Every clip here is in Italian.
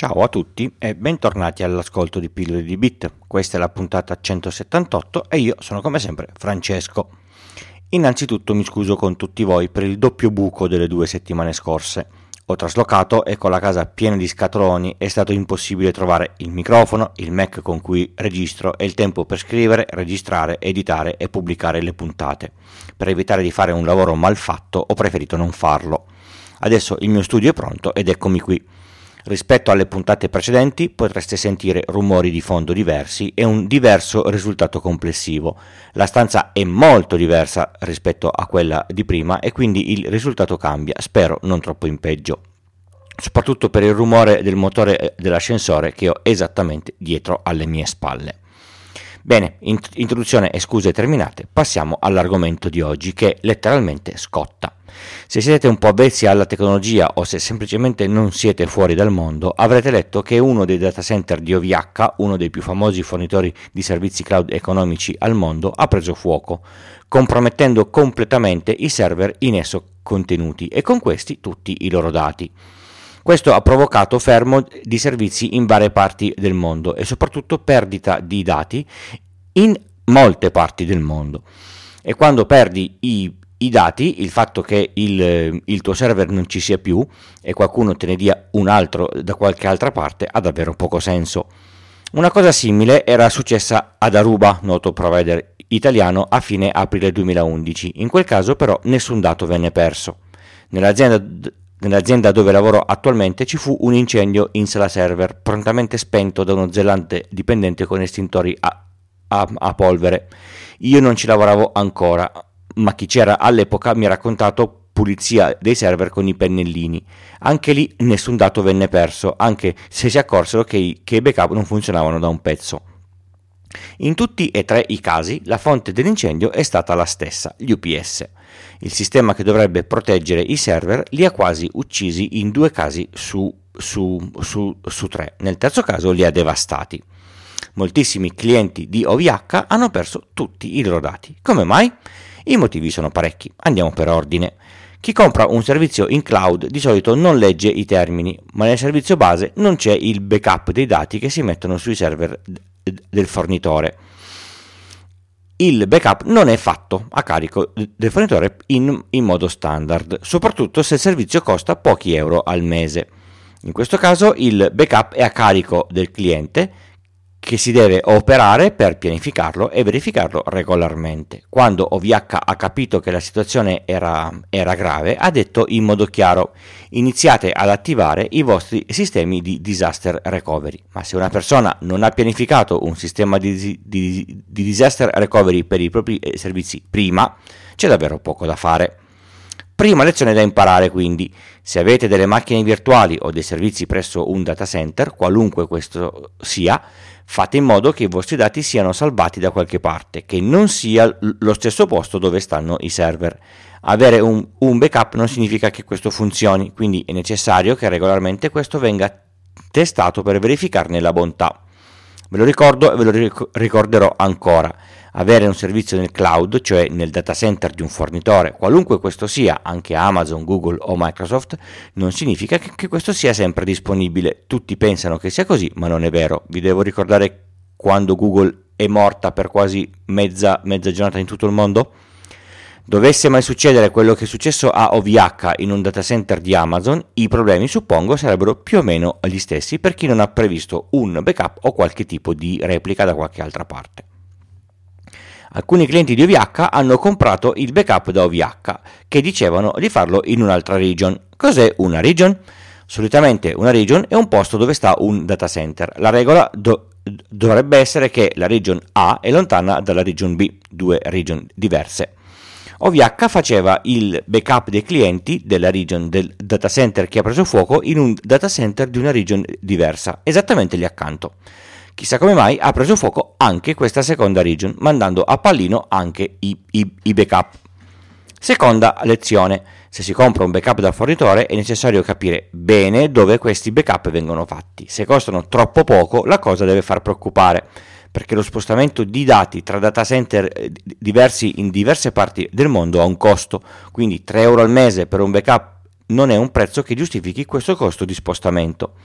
Ciao a tutti e bentornati all'ascolto di Pillole di Bit. Questa è la puntata 178 e io sono come sempre Francesco. Innanzitutto mi scuso con tutti voi per il doppio buco delle 2 settimane scorse. Ho traslocato e con la casa piena di scatoloni è stato impossibile trovare il microfono, il Mac con cui registro e il tempo per scrivere, registrare, editare e pubblicare le puntate. Per evitare di fare un lavoro mal fatto ho preferito non farlo. Adesso il mio studio è pronto ed eccomi qui. Rispetto alle puntate precedenti potreste sentire rumori di fondo diversi e un diverso risultato complessivo. La stanza è molto diversa rispetto a quella di prima e quindi il risultato cambia, spero non troppo in peggio. Soprattutto per il rumore del motore dell'ascensore che ho esattamente dietro alle mie spalle. Bene, introduzione e scuse terminate, passiamo all'argomento di oggi che letteralmente scotta. Se siete un po' avvezzi alla tecnologia o se semplicemente non siete fuori dal mondo, avrete letto che uno dei data center di OVH, uno dei più famosi fornitori di servizi cloud economici al mondo, ha preso fuoco, compromettendo completamente i server in esso contenuti e con questi tutti i loro dati. Questo ha provocato fermo di servizi in varie parti del mondo e soprattutto perdita di dati in molte parti del mondo. E quando perdi i dati, il fatto che il tuo server non ci sia più e qualcuno te ne dia un altro da qualche altra parte ha davvero poco senso. Una cosa simile era successa ad Aruba, noto provider italiano, a fine aprile 2011. In quel caso però nessun dato venne perso. Nell'azienda dove lavoro attualmente ci fu un incendio in sala server, prontamente spento da uno zelante dipendente con estintori a polvere. Io non ci lavoravo ancora, ma chi c'era all'epoca mi ha raccontato pulizia dei server con i pennellini. Anche lì nessun dato venne perso, anche se si accorsero che i backup non funzionavano da un pezzo. In tutti e tre i casi la fonte dell'incendio è stata la stessa, gli UPS. Il sistema che dovrebbe proteggere i server li ha quasi uccisi in 2 casi su 3, nel terzo caso li ha devastati. Moltissimi clienti di OVH hanno perso tutti i loro dati. Come mai? I motivi sono parecchi, andiamo per ordine. Chi compra un servizio in cloud di solito non legge i termini, ma nel servizio base non c'è il backup dei dati che si mettono sui server del fornitore. Il backup non è fatto a carico del fornitore in modo standard, soprattutto se il servizio costa pochi euro al mese. In questo caso il backup è a carico del cliente, che si deve operare per pianificarlo e verificarlo regolarmente. Quando OVH ha capito che la situazione era grave, ha detto in modo chiaro: iniziate ad attivare i vostri sistemi di disaster recovery. Ma se una persona non ha pianificato un sistema di disaster recovery per i propri servizi prima, c'è davvero poco da fare. Prima lezione da imparare quindi: se avete delle macchine virtuali o dei servizi presso un data center, qualunque questo sia, fate in modo che i vostri dati siano salvati da qualche parte, che non sia lo stesso posto dove stanno i server. Avere un backup non significa che questo funzioni, quindi è necessario che regolarmente questo venga testato per verificarne la bontà. Ve lo ricordo e ve lo ricorderò ancora. Avere un servizio nel cloud, cioè nel data center di un fornitore, qualunque questo sia, anche Amazon, Google o Microsoft, non significa che questo sia sempre disponibile. Tutti pensano che sia così, ma non è vero. Vi devo ricordare quando Google è morta per quasi mezza giornata in tutto il mondo? Dovesse mai succedere quello che è successo a OVH in un data center di Amazon, i problemi suppongo sarebbero più o meno gli stessi per chi non ha previsto un backup o qualche tipo di replica da qualche altra parte. Alcuni clienti di OVH hanno comprato il backup da OVH, che dicevano di farlo in un'altra region. Cos'è una region? Solitamente una region è un posto dove sta un data center. La regola dovrebbe essere che la region A è lontana dalla region B, 2 region diverse. OVH faceva il backup dei clienti della region del data center che ha preso fuoco in un data center di una region diversa, esattamente lì accanto. Chissà come mai ha preso fuoco anche questa seconda region, mandando a pallino anche i backup. Seconda lezione: se si compra un backup dal fornitore è necessario capire bene dove questi backup vengono fatti. Se costano troppo poco, la cosa deve far preoccupare, perché lo spostamento di dati tra data center diversi in diverse parti del mondo ha un costo, quindi 3 euro al mese per un backup non è un prezzo che giustifichi questo costo di spostamento.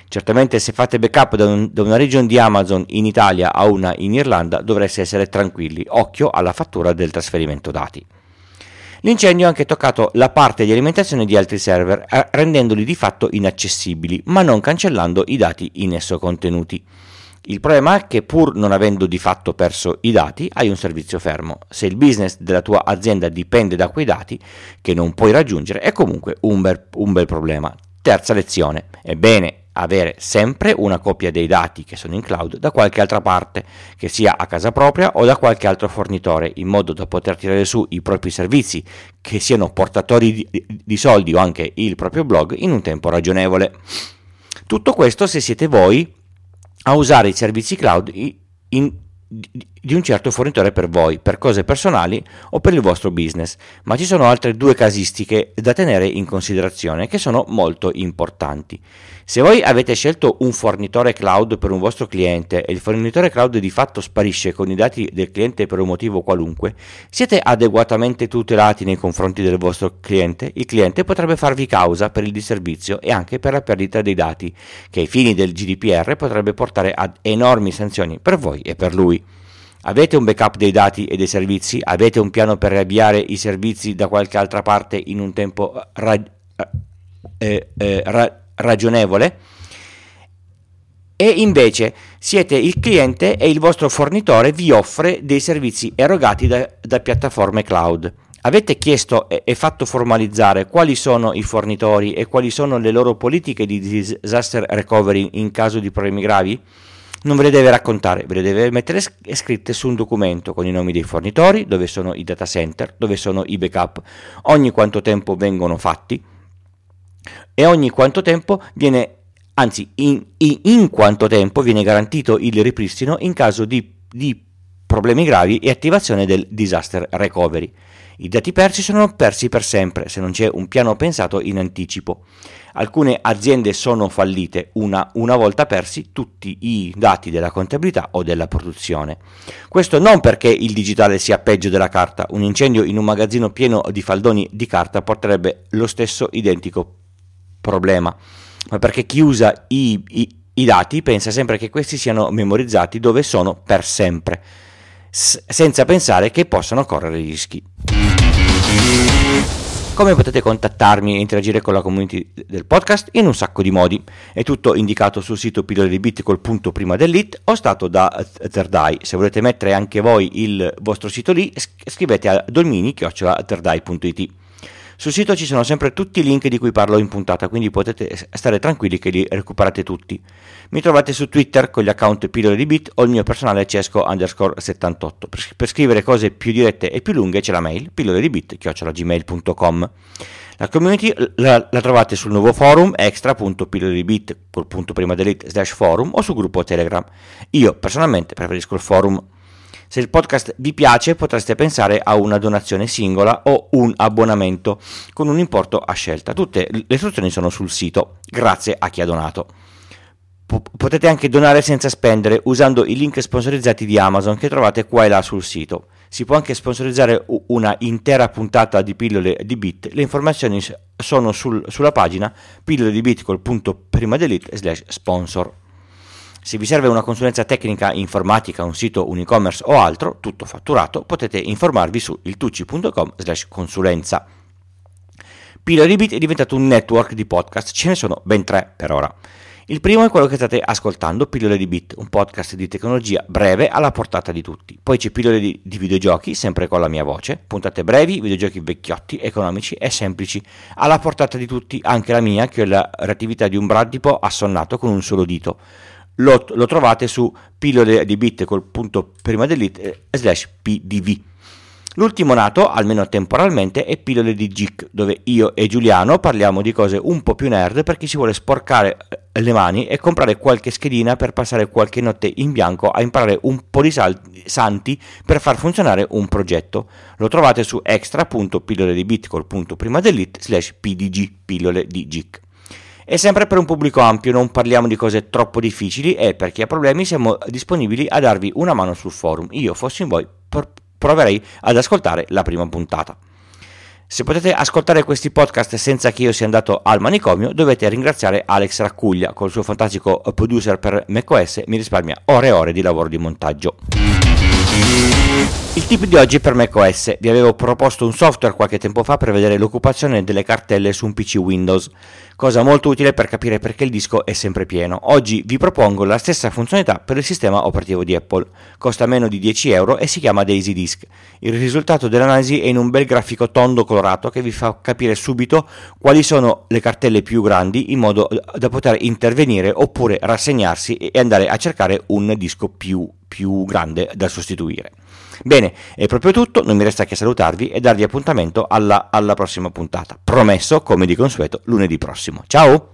Certamente se fate backup da una regione di Amazon in Italia a una in Irlanda dovreste essere tranquilli, occhio alla fattura del trasferimento dati. L'incendio ha anche toccato la parte di alimentazione di altri server, rendendoli di fatto inaccessibili, ma non cancellando i dati in esso contenuti. Il problema è che pur non avendo di fatto perso i dati, hai un servizio fermo. Se il business della tua azienda dipende da quei dati che non puoi raggiungere, è comunque un bel problema. Terza lezione: è bene avere sempre una copia dei dati che sono in cloud da qualche altra parte, che sia a casa propria o da qualche altro fornitore, in modo da poter tirare su i propri servizi, che siano portatori di soldi o anche il proprio blog, in un tempo ragionevole. Tutto questo se siete voi a usare i servizi cloud di un certo fornitore per voi, per cose personali o per il vostro business, ma ci sono altre due casistiche da tenere in considerazione che sono molto importanti. Se voi avete scelto un fornitore cloud per un vostro cliente e il fornitore cloud di fatto sparisce con i dati del cliente per un motivo qualunque, siete adeguatamente tutelati nei confronti del vostro cliente? Il cliente potrebbe farvi causa per il disservizio e anche per la perdita dei dati, che ai fini del GDPR potrebbe portare ad enormi sanzioni per voi e per lui. Avete un backup dei dati e dei servizi? Avete un piano per riavviare i servizi da qualche altra parte in un tempo ragionevole? E invece siete il cliente e il vostro fornitore vi offre dei servizi erogati da piattaforme cloud. Avete chiesto e fatto formalizzare quali sono i fornitori e quali sono le loro politiche di disaster recovery in caso di problemi gravi? Non ve le deve raccontare, ve le deve mettere scritte su un documento con i nomi dei fornitori, dove sono i data center, dove sono i backup, ogni quanto tempo vengono fatti e ogni quanto tempo viene, anzi in quanto tempo viene garantito il ripristino in caso di problemi gravi e attivazione del disaster recovery. I dati persi sono persi per sempre se non c'è un piano pensato in anticipo. Alcune aziende sono fallite una volta persi tutti i dati della contabilità o della produzione. Questo non perché il digitale sia peggio della carta. Un incendio in un magazzino pieno di faldoni di carta porterebbe lo stesso identico problema, ma perché chi usa i dati pensa sempre che questi siano memorizzati dove sono per sempre, senza pensare che possano correre rischi. Come potete contattarmi e interagire con la community del podcast? In un sacco di modi. È tutto indicato sul sito pillole di bit col punto prima dell'it o stato da Thirdeye. Se volete mettere anche voi il vostro sito lì, scrivete a dolmini@thirdeye.it. Sul sito ci sono sempre tutti i link di cui parlo in puntata, quindi potete stare tranquilli che li recuperate tutti. Mi trovate su Twitter con gli account pillole di bit o il mio personale cesco_78. Per scrivere cose più dirette e più lunghe c'è la mail pilloledibit@gmail.com. La community la trovate sul nuovo forum extra.pilloledibit col punto prima dell'it/forum o sul gruppo Telegram. Io personalmente preferisco il forum. Se il podcast vi piace potreste pensare a una donazione singola o un abbonamento con un importo a scelta. Tutte le istruzioni sono sul sito, grazie a chi ha donato. Potete anche donare senza spendere usando i link sponsorizzati di Amazon che trovate qua e là sul sito. Si può anche sponsorizzare una intera puntata di Pillole di Bit. Le informazioni sono sulla pagina pillole di bit col punto prima dell'it/sponsor. Se vi serve una consulenza tecnica informatica, un sito, un e-commerce o altro, tutto fatturato, potete informarvi su iltucci.com/consulenza. Pillole di Bit è diventato un network di podcast, ce ne sono ben 3 per ora. Il primo è quello che state ascoltando, Pillole di Bit, un podcast di tecnologia breve alla portata di tutti. Poi c'è Pillole di videogiochi, sempre con la mia voce, puntate brevi, videogiochi vecchiotti, economici e semplici, alla portata di tutti, anche la mia, che è la reattività di un bradipo assonnato con un solo dito. Lo trovate su pillole di bit col punto prima dell'it/pdv. L'ultimo nato, almeno temporalmente, è Pillole di Geek, dove io e Giuliano parliamo di cose un po' più nerd per chi si vuole sporcare le mani e comprare qualche schedina per passare qualche notte in bianco a imparare un po' di santi per far funzionare un progetto. Lo trovate su extra.pilloledibit col punto prima dell'it/pdg, Pillole di Geek. E sempre per un pubblico ampio, non parliamo di cose troppo difficili e per chi ha problemi siamo disponibili a darvi una mano sul forum. Io, fossi in voi, proverei ad ascoltare la prima puntata. Se potete ascoltare questi podcast senza che io sia andato al manicomio, dovete ringraziare Alex Raccuglia, col suo fantastico producer per macOS, mi risparmia ore e ore di lavoro di montaggio. Il tip di oggi è per macOS. Vi avevo proposto un software qualche tempo fa per vedere l'occupazione delle cartelle su un PC Windows, cosa molto utile per capire perché il disco è sempre pieno. Oggi vi propongo la stessa funzionalità per il sistema operativo di Apple. Costa meno di 10 euro e si chiama Daisy Disk. Il risultato dell'analisi è in un bel grafico tondo colorato che vi fa capire subito quali sono le cartelle più grandi, in modo da poter intervenire oppure rassegnarsi e andare a cercare un disco più grande da sostituire. Bene, è proprio tutto, non mi resta che salutarvi e darvi appuntamento alla prossima puntata. Promesso, come di consueto, lunedì prossimo. Ciao!